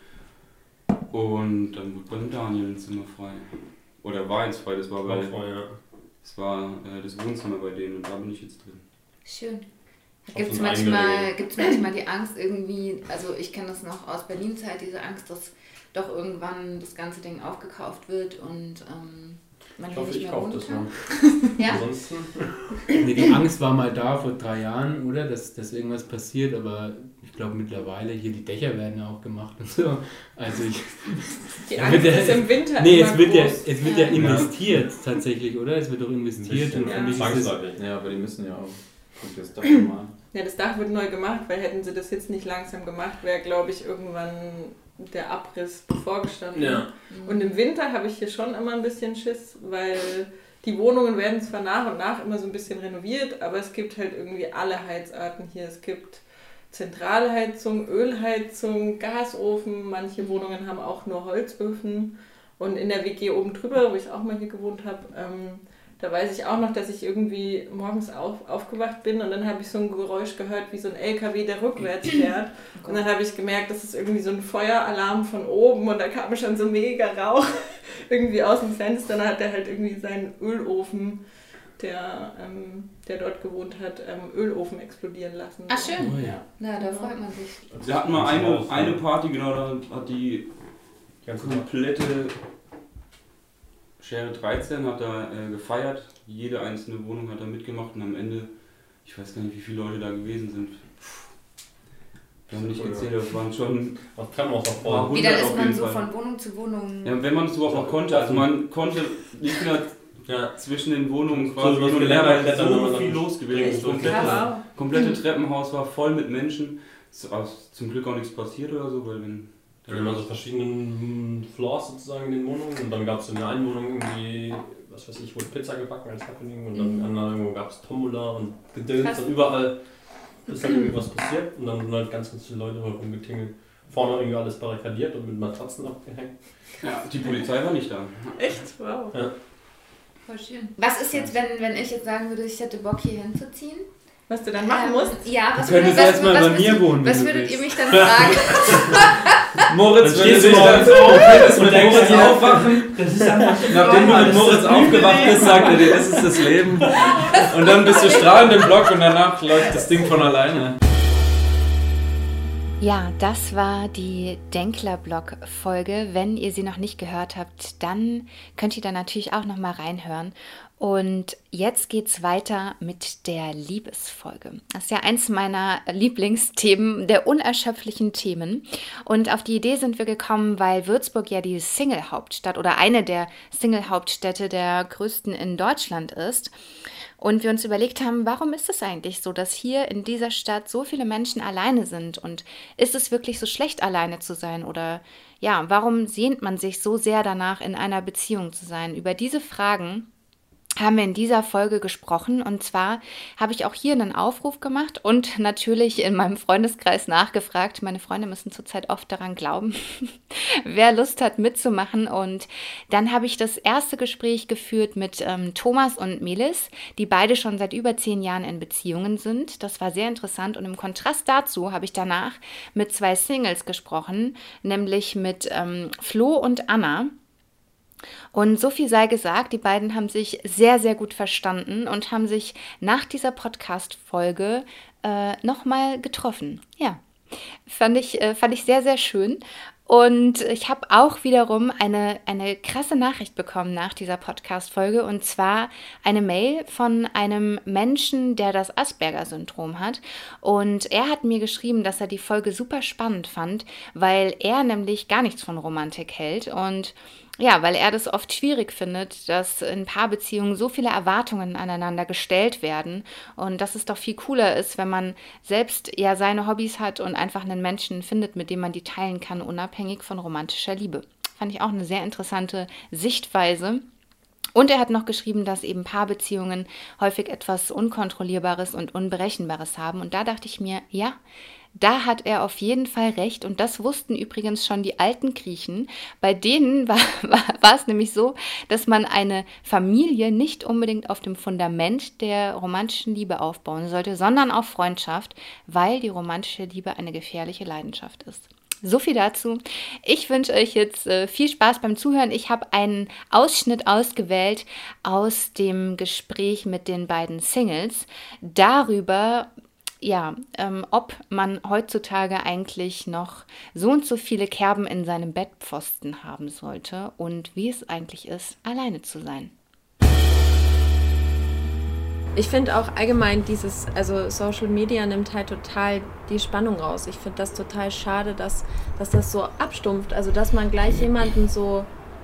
Und dann wurde bei dem Daniel ein Zimmer frei. Oder war eins frei, das war bei, Oh, ja. das war äh, das Wohnzimmer bei denen und da bin ich jetzt drin. Schön. Auf Gibt es so einen manchmal, eingelegt. gibt's manchmal die Angst irgendwie, also ich kenne das noch aus Berlin-Zeit, diese Angst, dass doch irgendwann das ganze Ding aufgekauft wird und ähm, man Ich hier hoffe, nicht ich mehr kaufe wohnen das kann. mal. Ja? Ansonsten. Nee, die Angst war mal da vor drei Jahren, oder? Dass, dass irgendwas passiert, aber ich glaube mittlerweile, hier die Dächer werden ja auch gemacht und so. Also ich. Die Ja, Angst wird ja- ist im Winter Nee, immer es wird, ja, groß. es wird Ja. ja investiert tatsächlich, oder? Es wird doch investiert und Ja. für mich ist es. Zwangsläufig. Ja, aber die müssen ja auch. Kommt jetzt doch nochmal. Ja, das Dach wird neu gemacht, weil hätten sie das jetzt nicht langsam gemacht, wäre, glaube ich, irgendwann der Abriss bevorgestanden. Ja. Und im Winter habe ich hier schon immer ein bisschen Schiss, weil die Wohnungen werden zwar nach und nach immer so ein bisschen renoviert, aber es gibt halt irgendwie alle Heizarten hier. Es gibt Zentralheizung, Ölheizung, Gasofen, manche Wohnungen haben auch nur Holzöfen. Und in der W G oben drüber, wo ich auch mal hier gewohnt habe, ähm, da weiß ich auch noch, dass ich irgendwie morgens auf, aufgewacht bin und dann habe ich so ein Geräusch gehört, wie so ein L K W, der rückwärts fährt. Und dann habe ich gemerkt, das ist irgendwie so ein Feueralarm von oben und da kam schon so mega Rauch irgendwie aus dem Fenster. Dann hat er halt irgendwie seinen Ölofen, der, ähm, der dort gewohnt hat, ähm, Ölofen explodieren lassen. Ach, schön. Oh ja. Na, da freut man sich. Wir hatten mal eine, eine Party, genau, da hat die Ganz komplette Schere dreizehn hat da äh, gefeiert. Jede einzelne Wohnung hat da mitgemacht und am Ende, ich weiß gar nicht, wie viele Leute da gewesen sind. Wir haben nicht gezählt, das waren schon. Was kann man auch davor? Wie dann hundert ist auf man jeden so Fall. von Wohnung zu Wohnung. Ja, wenn man es überhaupt noch konnte, also man konnte nicht mehr Ja. zwischen den Wohnungen So, quasi so hin und Geländer her, weil klettern, wenn so man viel dann- los gewesen ist. Richtig. Komplette, Ja, wow. komplette Treppenhaus war voll mit Menschen. Es ist zum Glück auch nichts passiert oder so, weil wenn. Dann haben wir so verschiedene Floors sozusagen in den Wohnungen und dann gab es in der einen Wohnung irgendwie, was weiß ich, wurde Pizza gebacken als Happening und dann in der anderen irgendwo gab es Tombola und Gedöns Krass. und überall ist dann irgendwie was passiert und dann sind halt ganz, ganz viele Leute rumgetingelt. Vorne irgendwie alles barrikadiert und mit Matratzen abgehängt. Ja, die Polizei war nicht da. Echt? Wow. Voll schön. Was ist jetzt, wenn, wenn ich jetzt sagen würde, ich hätte Bock hier hinzuziehen? Was du dann machen Ähm, musst? Ja, was Du könntest was- erst mal was bei würdet- mir wohnen, wenn Was du würdet willst. ihr mich dann fragen? Moritz, Dann wenn du stehst du dich dann morgens auf, könntest mit und denkst Moritz dir, aufwachen, Das ist einfach nachdem du mit Moritz aufgewacht bist, sagt er dir, das ist das Leben. Und dann bist du strahlend im Block und danach läuft das Ding von alleine. Ja, das war die Denkler-Blog-Folge. Wenn ihr sie noch nicht gehört habt, dann könnt ihr da natürlich auch noch mal reinhören. Und jetzt geht's weiter mit der Liebesfolge. Das ist ja eins meiner Lieblingsthemen, der unerschöpflichen Themen. Und auf die Idee sind wir gekommen, weil Würzburg ja die Single-Hauptstadt oder eine der Single-Hauptstädte der größten in Deutschland ist. Und wir uns überlegt haben, warum ist es eigentlich so, dass hier in dieser Stadt so viele Menschen alleine sind? Und ist es wirklich so schlecht, alleine zu sein? Oder ja, warum sehnt man sich so sehr danach, in einer Beziehung zu sein? Über diese Fragen haben wir in dieser Folge gesprochen. Und zwar habe ich auch hier einen Aufruf gemacht und natürlich in meinem Freundeskreis nachgefragt. Meine Freunde müssen zurzeit oft daran glauben, wer Lust hat mitzumachen. Und dann habe ich das erste Gespräch geführt mit ähm, Thomas und Melis, die beide schon seit über zehn Jahren in Beziehungen sind. Das war sehr interessant. Und im Kontrast dazu habe ich danach mit zwei Singles gesprochen, nämlich mit ähm, Flo und Anna. Und so viel sei gesagt, die beiden haben sich sehr, sehr gut verstanden und haben sich nach dieser Podcast-Folge äh, nochmal getroffen. Ja, fand ich, äh, fand ich sehr, sehr schön. Und ich habe auch wiederum eine, eine krasse Nachricht bekommen nach dieser Podcast-Folge, und zwar eine Mail von einem Menschen, der das Asperger-Syndrom hat. Und er hat mir geschrieben, dass er die Folge super spannend fand, weil er nämlich gar nichts von Romantik hält und Ja, weil er das oft schwierig findet, dass in Paarbeziehungen so viele Erwartungen aneinander gestellt werden und dass es doch viel cooler ist, wenn man selbst ja seine Hobbys hat und einfach einen Menschen findet, mit dem man die teilen kann, unabhängig von romantischer Liebe. Fand ich auch eine sehr interessante Sichtweise. Und er hat noch geschrieben, dass eben Paarbeziehungen häufig etwas Unkontrollierbares und Unberechenbares haben. Und da dachte ich mir, ja, da hat er auf jeden Fall recht. Und das wussten übrigens schon die alten Griechen. Bei denen war, war, war es nämlich so, dass man eine Familie nicht unbedingt auf dem Fundament der romantischen Liebe aufbauen sollte, sondern auf Freundschaft, weil die romantische Liebe eine gefährliche Leidenschaft ist. So viel dazu. Ich wünsche euch jetzt äh, viel Spaß beim Zuhören. Ich habe einen Ausschnitt ausgewählt aus dem Gespräch mit den beiden Singles darüber, ja, ähm, ob man heutzutage eigentlich noch so und so viele Kerben in seinem Bettpfosten haben sollte und wie es eigentlich ist, alleine zu sein. Ich finde auch allgemein dieses, also Social Media nimmt halt total die Spannung raus. Ich finde das total schade, dass, dass das so abstumpft. Also dass man gleich jemanden so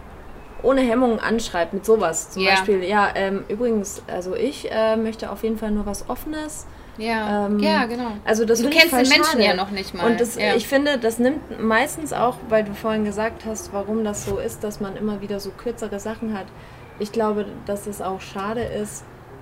ohne Hemmungen anschreibt mit sowas. Zum Ja. Beispiel, ja, ähm, übrigens, also ich äh, möchte auf jeden Fall nur was Offenes. Ja, Ähm, ja, genau. Also das Du finde ich kennst voll den Menschen schade. ja noch nicht mal. Und das, ja. ich finde, das nimmt meistens auch, weil du vorhin gesagt hast, warum das so ist, dass man immer wieder so kürzere Sachen hat. Ich glaube, dass es auch schade ist,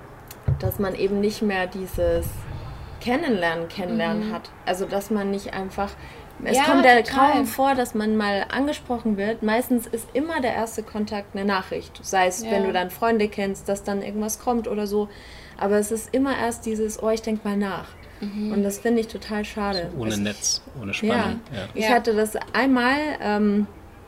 dass man eben nicht mehr dieses Kennenlernen, Kennenlernen Mhm. hat. Also, dass man nicht einfach... Es Ja, kommt ja total. kaum vor, dass man mal angesprochen wird. Meistens ist immer der erste Kontakt eine Nachricht. Sei es, Ja. wenn du dann Freunde kennst, dass dann irgendwas kommt oder so. Aber es ist immer erst dieses, oh, ich denk mal nach. Mhm. Und das finde ich total schade. Ohne Ich- Netz, ohne Spannung. Ja. ich Ja. hatte das einmal ähm,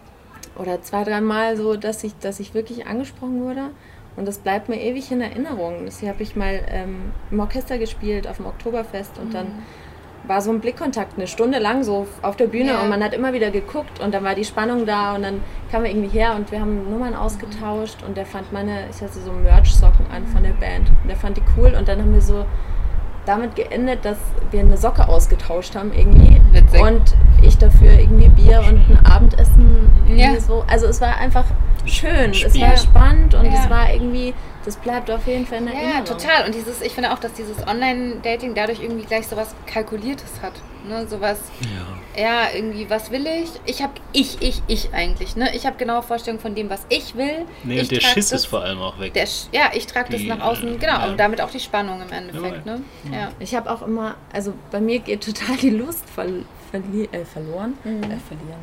oder zwei, dreimal so, dass ich, dass ich wirklich angesprochen wurde. Und das bleibt mir ewig in Erinnerung. Das habe ich mal ähm, im Orchester gespielt auf dem Oktoberfest und dann war so ein Blickkontakt eine Stunde lang so auf der Bühne Ja. und man hat immer wieder geguckt und dann war die Spannung da und dann kam er irgendwie her und wir haben Nummern ausgetauscht und der fand meine, ich hatte so Merch-Socken an von der Band und der fand die cool und dann haben wir so damit geendet, dass wir eine Socke ausgetauscht haben irgendwie. Witzig. Und ich dafür irgendwie Bier und ein Abendessen irgendwie Ja. so. Also es war einfach schön, es Spiel. war spannend und Ja. es war irgendwie, das bleibt auf jeden Fall in Ja, Erinnerung. total. Und dieses, ich finde auch, dass dieses Online-Dating dadurch irgendwie gleich sowas Kalkuliertes hat. Ne? Sowas, Ja. ja, irgendwie, was will ich? Ich habe ich, ich, ich eigentlich. Ne? Ich habe genaue Vorstellungen von dem, was ich will. Nee, ich und der trag Schiss das, ist vor allem auch weg. der, Sch- Ja, ich trage das Die, nach außen, äh, genau, ja. und damit auch die Spannung im Endeffekt. Jawohl. Ne? Ja. Ich habe auch immer, also bei mir geht total die Lust verli verli äh, verloren, Mhm. äh, verlieren,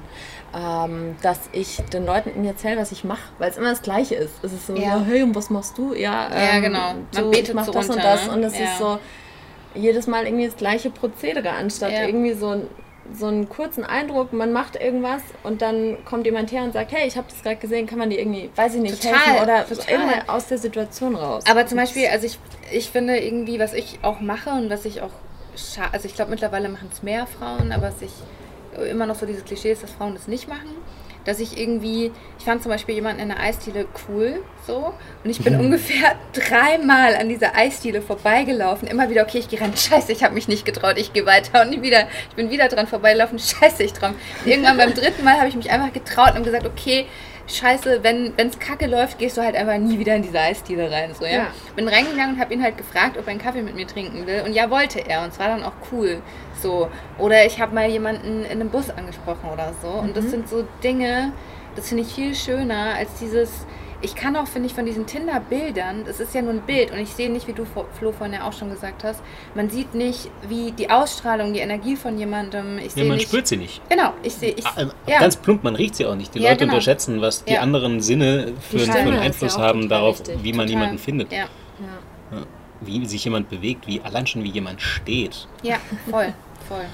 ähm, dass ich den Leuten irgendwie erzähle, was ich mache, weil es immer das Gleiche ist. Es ist so, Ja. ja, hey, und was machst du? Ja, Ja, ähm, genau. Man So, betet ich mach so das und runter, das ne? und es Ja. ist so jedes Mal irgendwie das gleiche Prozedere, anstatt Ja. irgendwie so ein so einen kurzen Eindruck, man macht irgendwas und dann kommt jemand her und sagt, hey, ich habe das gerade gesehen, kann man dir irgendwie, weiß ich nicht, Total, helfen oder total. irgendwie aus der Situation raus. Aber zum Beispiel, also ich, ich finde irgendwie, was ich auch mache und was ich auch, scha- also ich glaube mittlerweile machen es mehr Frauen, aber was ich immer noch so dieses Klischee ist, dass Frauen das nicht machen. Dass ich irgendwie, ich fand zum Beispiel jemanden in der Eisdiele cool, so, und ich bin ungefähr dreimal an dieser Eisdiele vorbeigelaufen, immer wieder, okay, ich gehe rein, scheiße, ich habe mich nicht getraut, ich gehe weiter und nie wieder, ich bin wieder dran vorbeigelaufen, scheiße, ich trau mich. Irgendwann beim dritten Mal habe ich mich einfach getraut und gesagt, okay, scheiße, wenn es kacke läuft, gehst du halt einfach nie wieder in diese Eisdiele rein, so, ja. Ja. Bin reingegangen und habe ihn halt gefragt, ob er einen Kaffee mit mir trinken will, und ja, wollte er, und es war dann auch cool. So. Oder ich habe mal jemanden in einem Bus angesprochen oder so. Und das sind so Dinge, das finde ich viel schöner als dieses, ich kann auch, finde ich, von diesen Tinder-Bildern, das ist ja nur ein Bild und ich sehe nicht, wie du, Flo, vorhin ja auch schon gesagt hast, man sieht nicht, wie die Ausstrahlung, die Energie von jemandem, ich Ja, sehe man nicht... spürt sie nicht. Genau, ich sehe... Ich, Ah, äh, ja. Ganz plump, man riecht sie auch nicht. Die Ja, Leute genau. unterschätzen, was die Ja. anderen Sinne für, Die für Stimme einen ist Einfluss ja auch haben total darauf, wichtig. wie man Total. jemanden findet. Ja, Ja. Ja. Wie sich jemand bewegt, wie allein schon wie jemand steht. ja, voll, voll.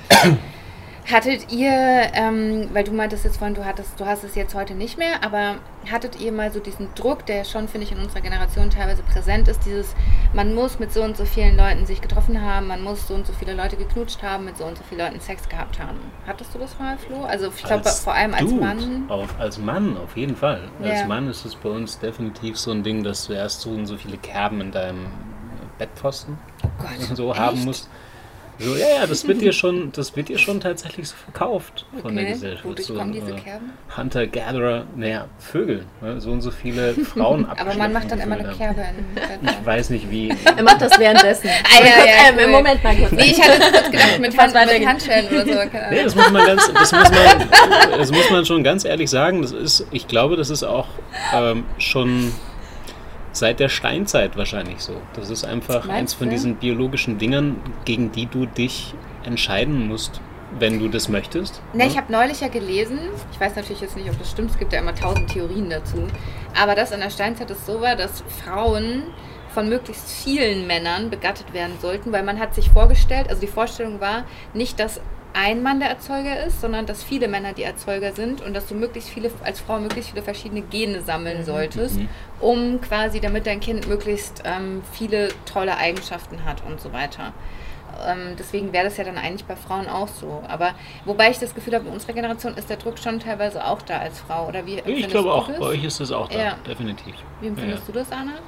Hattet ihr, ähm, weil du meintest jetzt vorhin, du hattest, du hast es jetzt heute nicht mehr, aber hattet ihr mal so diesen Druck, der schon, finde ich, in unserer Generation teilweise präsent ist, dieses, man muss mit so und so vielen Leuten sich getroffen haben, man muss so und so viele Leute geknutscht haben, mit so und so vielen Leuten Sex gehabt haben. Hattest du das mal, Flo? Also ich glaube, Als vor allem als Dude, Mann. Auf, als Mann, auf jeden Fall. Als Ja. Mann ist es bei uns definitiv so ein Ding, dass du erst so und so viele Kerben in deinem Bettpfosten Oh Gott, so echt? haben musst. So, ja, ja, das wird dir schon, das wird dir schon tatsächlich so verkauft von Okay, der Gesellschaft. Wodurch so, kommen diese äh, Kerben? Hunter, Gatherer, naja, Vögel. Ne? So und so viele Frauen Aber man macht dann immer eine Kerbe. Kerbe in Ich weiß nicht wie. Er macht das währenddessen. Ah, ja, ja, ähm, cool. Moment mal kurz. Nee, ich hatte kurz gedacht, mit, Was Hand, war mit der- Handschellen oder so. Keine Nee, Ahnung. das muss man ganz, das muss man, das muss man schon ganz ehrlich sagen. Das ist, ich glaube, das ist auch ähm, schon seit der Steinzeit wahrscheinlich so. Das ist einfach Meinst eins von du? diesen biologischen Dingen, gegen die du dich entscheiden musst, wenn du das möchtest. Ne, ich habe neulich ja gelesen, ich weiß natürlich jetzt nicht, ob das stimmt, es gibt ja immer tausend Theorien dazu, aber dass in der Steinzeit es so war, dass Frauen von möglichst vielen Männern begattet werden sollten, weil man hat sich vorgestellt, also die Vorstellung war nicht, dass ein Mann der Erzeuger ist, sondern dass viele Männer die Erzeuger sind und dass du möglichst viele, als Frau möglichst viele verschiedene Gene sammeln solltest, Mhm. um quasi, damit dein Kind möglichst ähm, viele tolle Eigenschaften hat und so weiter. Ähm, deswegen wäre das ja dann eigentlich bei Frauen auch so. Aber wobei ich das Gefühl habe, in unserer Generation ist der Druck schon teilweise auch da als Frau. Oder wie Ich empfindest glaube du auch, das? bei euch ist das auch da, Ja. definitiv. Wie empfindest Ja. du das, Anna?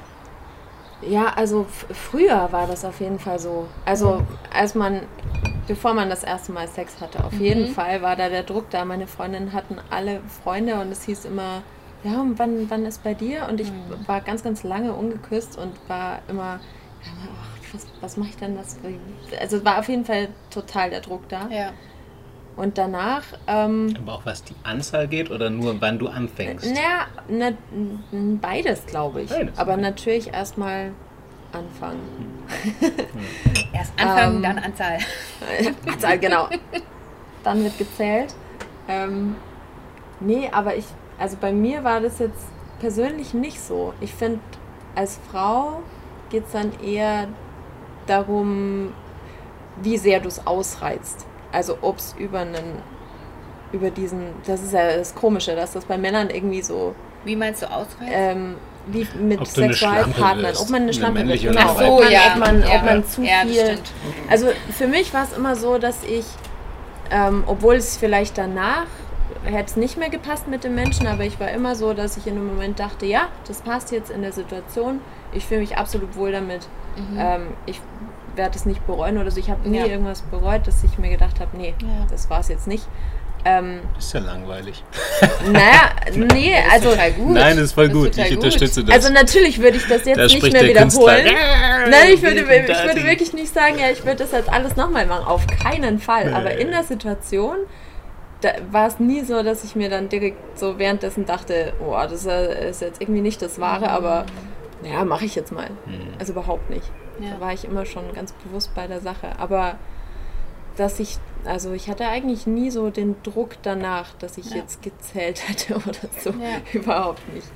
Ja, also f- früher war das auf jeden Fall so. Also als man, bevor man das erste Mal Sex hatte, auf jeden Fall war da der Druck da. Meine Freundinnen hatten alle Freunde und es hieß immer, ja, und wann, wann ist bei dir? Und ich war ganz, ganz lange ungeküsst und war immer, ja, ach, was, was mache ich denn das? Also es war auf jeden Fall total der Druck da. Ja. Und danach, ähm, Aber auch was die Anzahl geht oder nur wann du anfängst? naja, na, n- beides glaube ich. Beides. Aber natürlich erstmal anfangen. Erst anfangen, Ähm, dann Anzahl. Anzahl, genau. Dann wird gezählt. Ähm, nee, aber ich, also bei mir war das jetzt persönlich nicht so. Ich finde, als Frau geht es dann eher darum, wie sehr du es ausreizt. Also ob es über einen, über diesen, das ist ja das Komische, dass das bei Männern irgendwie so, Wie meinst du ausreizen? ähm, wie mit Ob du eine Schlampe Sexualpartnern, wirst. ob man eine Eine Schlampe wird, männliche genau. oder Ach so, ob man, ja. ob man, Ja. ob man zu Ja, das viel. stimmt. Also für mich war es immer so, dass ich, ähm, obwohl es vielleicht danach hätte es nicht mehr gepasst mit dem Menschen, aber ich war immer so, dass ich in einem Moment dachte, ja, das passt jetzt in der Situation, ich fühle mich absolut wohl damit. Ähm, ich werde es nicht bereuen oder so. Ich habe nie Ja. irgendwas bereut, dass ich mir gedacht habe, nee, Ja. das war es jetzt nicht. Ähm, Ist ja langweilig. naja, nee, also, Total gut. Nein, das ist voll Das ist gut. total Ich gut. unterstütze das. also natürlich würde ich das jetzt Da nicht spricht mehr der wiederholen. Künstler. Nein, ich würde, ich würde Dirty. wirklich nicht sagen, ja, ich würde das jetzt alles nochmal machen. Auf keinen Fall. Nee. Aber in der Situation, da war es nie so, dass ich mir dann direkt so währenddessen dachte, oh, das ist jetzt irgendwie nicht das Wahre, aber naja, mache ich jetzt mal. Also überhaupt nicht. Ja. Da war ich immer schon ganz bewusst bei der Sache. Aber dass ich, also ich hatte eigentlich nie so den Druck danach, dass ich Ja. jetzt gezählt hätte oder so. Ja. Überhaupt nicht.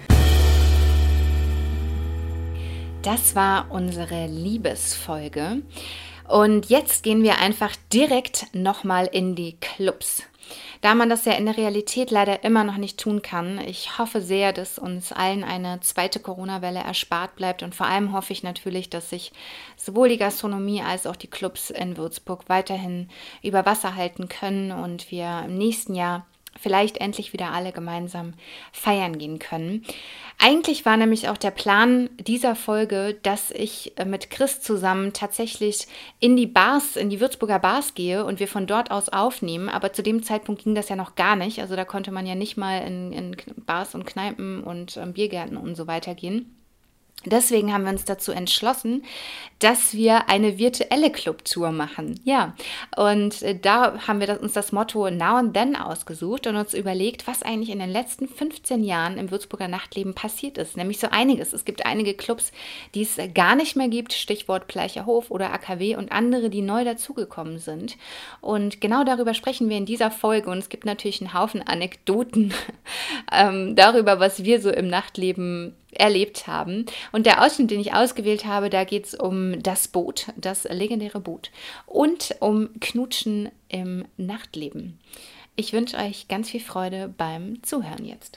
Das war unsere Liebesfolge. Und jetzt gehen wir einfach direkt nochmal in die Clubs. Da man das ja in der Realität leider immer noch nicht tun kann, ich hoffe sehr, dass uns allen eine zweite Corona-Welle erspart bleibt und vor allem hoffe ich natürlich, dass sich sowohl die Gastronomie als auch die Clubs in Würzburg weiterhin über Wasser halten können und wir im nächsten Jahr vielleicht endlich wieder alle gemeinsam feiern gehen können. Eigentlich war nämlich auch der Plan dieser Folge, dass ich mit Chris zusammen tatsächlich in die Bars, in die Würzburger Bars gehe und wir von dort aus aufnehmen. Aber zu dem Zeitpunkt ging das ja noch gar nicht. Also da konnte man ja nicht mal in, in Bars und Kneipen und ähm, Biergärten und so weiter gehen. Deswegen haben wir uns dazu entschlossen, dass wir eine virtuelle Clubtour machen. Ja, und äh, da haben wir das, uns das Motto Now and Then ausgesucht und uns überlegt, was eigentlich in den letzten fünfzehn Jahren im Würzburger Nachtleben passiert ist. Nämlich so einiges. Es gibt einige Clubs, die es gar nicht mehr gibt, Stichwort Pleicherhof oder A K W und andere, die neu dazugekommen sind. Und genau darüber sprechen wir in dieser Folge und es gibt natürlich einen Haufen Anekdoten ähm, darüber, was wir so im Nachtleben erlebt haben. Und der Ausschnitt, den ich ausgewählt habe, da geht es um das Boot, das legendäre Boot und um Knutschen im Nachtleben. Ich wünsche euch ganz viel Freude beim Zuhören jetzt.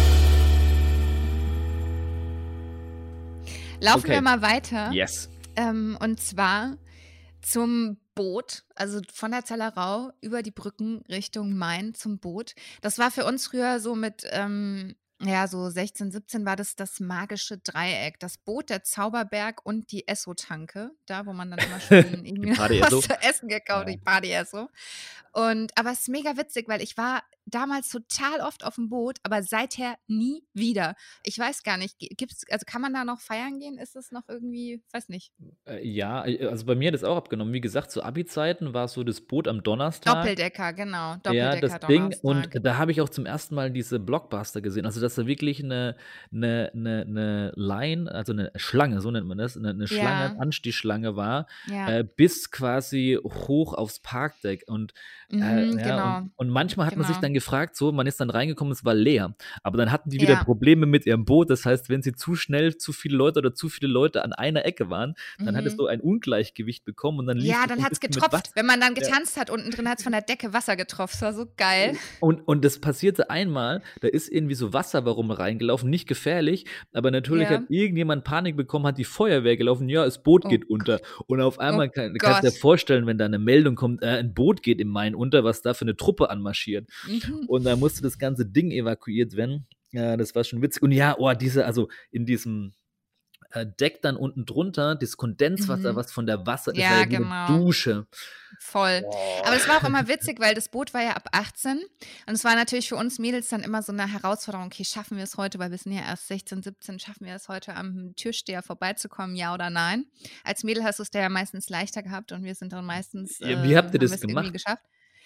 Laufen Okay. wir mal weiter. Yes. Ähm, und zwar zum Boot, also von der Zellerau über die Brücken Richtung Main zum Boot. Das war für uns früher so mit ähm, ja, so sechzehn, siebzehn war das das magische Dreieck. Das Boot, der Zauberberg und die Esso-Tanke. Da, wo man dann immer schön irgendwie was zu essen gekauft hat, die Party-Esso. Und, aber es ist mega witzig, weil ich war damals total oft auf dem Boot, aber seither nie wieder. Ich weiß gar nicht, gibt's, also kann man da noch feiern gehen? Ist es noch irgendwie, weiß nicht. Äh, ja, also bei mir hat es auch abgenommen. Wie gesagt, zu Abi-Zeiten war es so das Boot am Donnerstag. Doppeldecker, genau. Ja, Doppeldecker das Ding. Donnerstag. Und da habe ich auch zum ersten Mal diese Blockbuster gesehen. Also, dass da wirklich eine, eine, eine, eine Line, also eine Schlange, so nennt man das, eine, eine Schlange, Ja. Anstichschlange war, Ja. äh, bis quasi hoch aufs Parkdeck. Und, äh, Mhm, ja, genau. und, und manchmal hat man sich Genau. dann gefragt, so, man ist dann reingekommen, es war leer. Aber dann hatten die wieder Ja. Probleme mit ihrem Boot. Das heißt, wenn sie zu schnell zu viele Leute oder zu viele Leute an einer Ecke waren, dann hattest Mhm. du ein Ungleichgewicht bekommen und dann lief Ja, das dann so ein hat es bisschen mit getropft. Wasser. Wenn man dann Ja. getanzt hat, unten drin hat es von der Decke Wasser getropft. Das war so geil. Und, und das passierte einmal, da ist irgendwie so Wasser warum reingelaufen, nicht gefährlich, aber natürlich Ja. hat irgendjemand Panik bekommen, hat die Feuerwehr gelaufen, ja, das Boot Oh geht unter. Und auf einmal Oh kann, kannst du dir Gott. vorstellen, wenn da eine Meldung kommt, äh, ein Boot geht im Main unter, was da für eine Truppe anmarschiert. Mhm. Und da musste das ganze Ding evakuiert werden. Ja, das war schon witzig. Und ja, oh, diese, also in diesem äh, Deck dann unten drunter, das Kondenswasser, Mhm. was von der Wasser, das Ja, war ja wie genau. eine Dusche. Voll. Aber es war auch immer witzig, weil das Boot war ja ab achtzehn und es war natürlich für uns Mädels dann immer so eine Herausforderung, okay, schaffen wir es heute, weil wir sind ja erst sechzehn, siebzehn, schaffen wir es heute am Türsteher vorbeizukommen, ja oder nein? Als Mädel hast du es da ja meistens leichter gehabt und wir sind dann meistens, Ja, äh, wie habt ihr haben das wir es irgendwie gemacht? geschafft.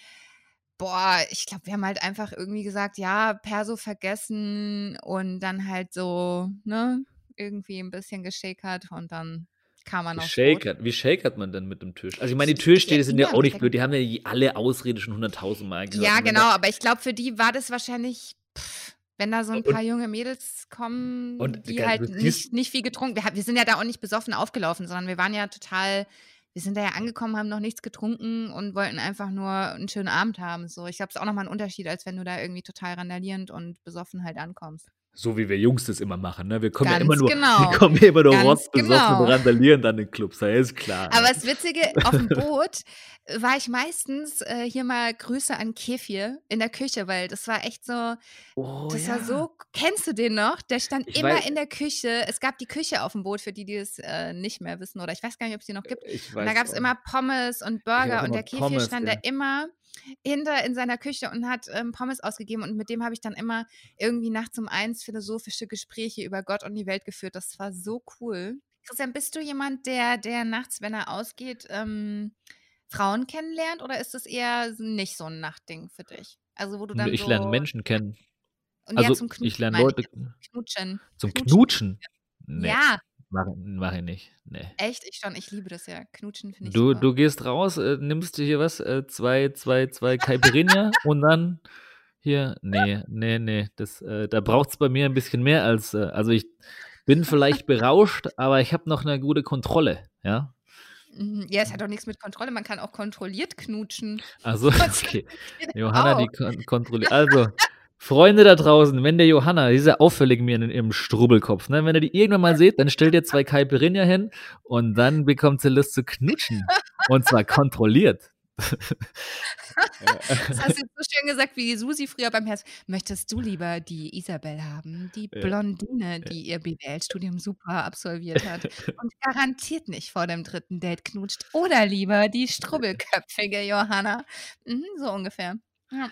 Boah, ich glaube, wir haben halt einfach irgendwie gesagt, ja, Perso vergessen und dann halt so, ne, irgendwie ein bisschen geschakert und dann kam man aufs Boot. Shakert. Wie shakert man denn mit dem Tisch? Also ich meine, die Ich Türsteher sind ja erinnere auch mich nicht blöd, die haben ja je- alle Ausrede schon hunderttausend Mal gehört. Ja, Und wenn genau, da- aber ich glaube, für die war das wahrscheinlich, pff, wenn da so ein Und- paar junge Mädels kommen, und die geil, halt du siehst- nicht, nicht viel getrunken. Wir, ha- wir sind ja da auch nicht besoffen aufgelaufen, sondern wir waren ja total, wir sind da ja angekommen, haben noch nichts getrunken und wollten einfach nur einen schönen Abend haben. So, ich glaube, es ist auch nochmal ein Unterschied, als wenn du da irgendwie total randalierend und besoffen halt ankommst. So wie wir Jungs das immer machen, ne? Wir kommen ja Ganz immer nur, genau. wir kommen ja immer nur Ganz rotzbesoffen genau. und randalieren dann in Clubs, ja, ist klar. Aber ne? das Witzige, auf dem Boot äh, war ich meistens, äh, hier mal Grüße an Kefir in der Küche, weil das war echt so, Oh, das ja. war so, kennst du den noch? Der stand Ich immer weiß- in der Küche. Es gab die Küche auf dem Boot, für die, die es äh, nicht mehr wissen oder ich weiß gar nicht, ob es die noch gibt. Ich Und da weiß gab es auch. immer Pommes und Ich auch Burger und immer der Kefir Pommes, stand ja. da immer hinter in seiner Küche und hat ähm, Pommes ausgegeben und mit dem habe ich dann immer irgendwie nachts um eins philosophische Gespräche über Gott und die Welt geführt. Das war so cool. Christian, bist du jemand, der, der nachts, wenn er ausgeht, ähm, Frauen kennenlernt oder ist das eher nicht so ein Nachtding für dich? Also wo du dann Ich so lerne Menschen kennen. und ja, Also zum Knutschen ich lerne meine Leute ich. Knutschen. zum Knutschen. Knutschen. Nee, Ja, mach, mach ich nicht. Nee. echt, ich schon. Ich liebe das ja. Knutschen finde ich Du, super. du gehst raus, äh, nimmst dir hier was, äh, zwei, zwei, zwei Caipirinha und dann hier, nee, nee, nee, das, äh, da braucht es bei mir ein bisschen mehr als, äh, also ich bin vielleicht berauscht, aber ich habe noch eine gute Kontrolle, ja. Mhm. Ja, es hat doch nichts mit Kontrolle. Man kann auch kontrolliert knutschen. Also, Was okay. geht Johanna, die auch? kon kontrolliert. Also, Freunde da draußen, wenn der Johanna, die ist ja auffällig mir in ihrem Strubbelkopf, ne? Wenn ihr die irgendwann mal seht, dann stellt ihr zwei Caipirinha hin und dann bekommt sie Lust zu knutschen. Und zwar kontrolliert. Das hast du jetzt so schön gesagt wie die Susi früher beim Herz. Möchtest du lieber die Isabel haben, die Ja. Blondine, die ihr B W L-Studium super absolviert hat und garantiert nicht vor dem dritten Date knutscht, oder lieber die strubbelköpfige Johanna? Mhm, so ungefähr. Ja.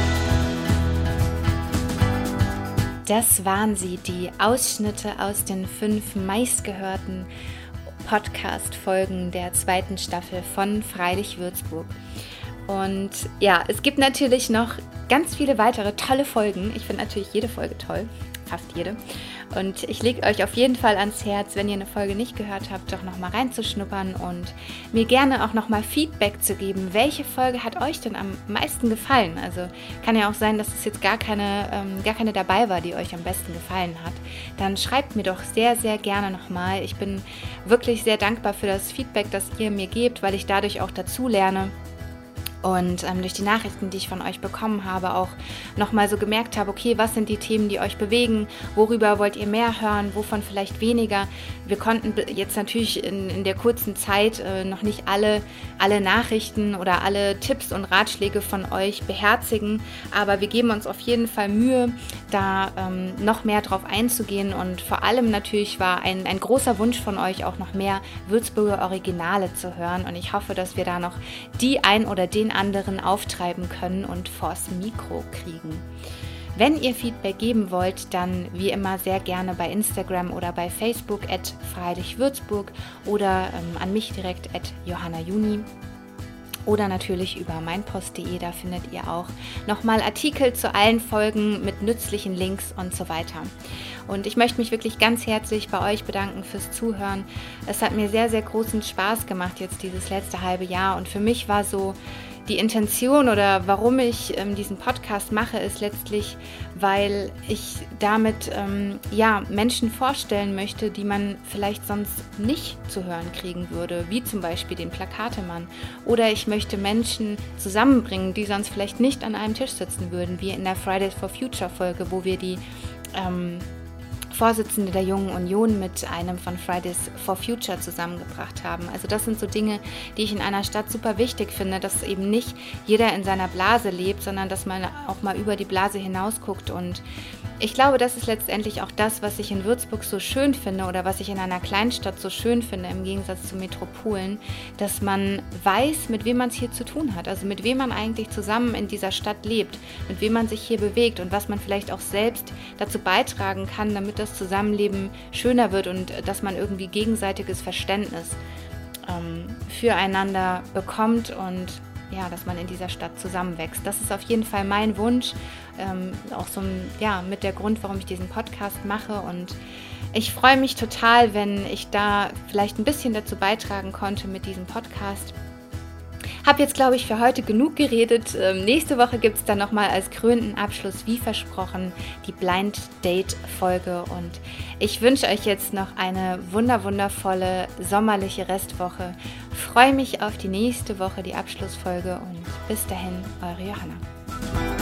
Das waren sie, die Ausschnitte aus den fünf meistgehörten Podcast-Folgen der zweiten Staffel von Freilich Würzburg. Und ja, es gibt natürlich noch ganz viele weitere tolle Folgen. Ich finde natürlich jede Folge toll, fast jede. Und ich lege euch auf jeden Fall ans Herz, wenn ihr eine Folge nicht gehört habt, doch nochmal reinzuschnuppern und mir gerne auch nochmal Feedback zu geben. Welche Folge hat euch denn am meisten gefallen? Also kann ja auch sein, dass es jetzt gar keine, ähm, gar keine dabei war, die euch am besten gefallen hat. Dann schreibt mir doch sehr, sehr gerne nochmal. Ich bin wirklich sehr dankbar für das Feedback, das ihr mir gebt, weil ich dadurch auch dazu lerne. und ähm, durch die Nachrichten, die ich von euch bekommen habe, auch nochmal so gemerkt habe, okay, was sind die Themen, die euch bewegen, worüber wollt ihr mehr hören, wovon vielleicht weniger. Wir konnten jetzt natürlich in, in der kurzen Zeit äh, noch nicht alle, alle Nachrichten oder alle Tipps und Ratschläge von euch beherzigen, aber wir geben uns auf jeden Fall Mühe, da ähm, noch mehr drauf einzugehen, und vor allem natürlich war ein, ein großer Wunsch von euch auch noch mehr Würzburger Originale zu hören, und ich hoffe, dass wir da noch die ein oder den anderen auftreiben können und vors Mikro kriegen. Wenn ihr Feedback geben wollt, dann wie immer sehr gerne bei Instagram oder bei Facebook at freilichwürzburg oder ähm, an mich direkt at Johanna Juni. Oder natürlich über meinpost punkt de, da findet ihr auch nochmal Artikel zu allen Folgen mit nützlichen Links und so weiter. Und ich möchte mich wirklich ganz herzlich bei euch bedanken fürs Zuhören. Es hat mir sehr, sehr großen Spaß gemacht jetzt dieses letzte halbe Jahr, und für mich war so die Intention oder warum ich ähm, diesen Podcast mache, ist letztlich, weil ich damit ähm, ja, Menschen vorstellen möchte, die man vielleicht sonst nicht zu hören kriegen würde, wie zum Beispiel den Plakatemann. Oder ich möchte Menschen zusammenbringen, die sonst vielleicht nicht an einem Tisch sitzen würden, wie in der Fridays for Future Folge, wo wir die ähm, Vorsitzende der Jungen Union mit einem von Fridays for Future zusammengebracht haben. Also das sind so Dinge, die ich in einer Stadt super wichtig finde, dass eben nicht jeder in seiner Blase lebt, sondern dass man auch mal über die Blase hinaus guckt. Und ich glaube, das ist letztendlich auch das, was ich in Würzburg so schön finde oder was ich in einer Kleinstadt so schön finde im Gegensatz zu Metropolen, dass man weiß, mit wem man es hier zu tun hat, also mit wem man eigentlich zusammen in dieser Stadt lebt, mit wem man sich hier bewegt und was man vielleicht auch selbst dazu beitragen kann, damit das Zusammenleben schöner wird und dass man irgendwie gegenseitiges Verständnis ähm, füreinander bekommt und ja, dass man in dieser Stadt zusammenwächst. Das ist auf jeden Fall mein Wunsch, ähm, auch so ja, mit der Grund, warum ich diesen Podcast mache, und ich freue mich total, wenn ich da vielleicht ein bisschen dazu beitragen konnte mit diesem Podcast. Habe jetzt, glaube ich, für heute genug geredet. Ähm, nächste Woche gibt es dann nochmal als krönenden Abschluss, wie versprochen, die Blind Date Folge, und ich wünsche euch jetzt noch eine wunder wundervolle sommerliche Restwoche. Freue mich auf die nächste Woche, die Abschlussfolge, und bis dahin, eure Johanna.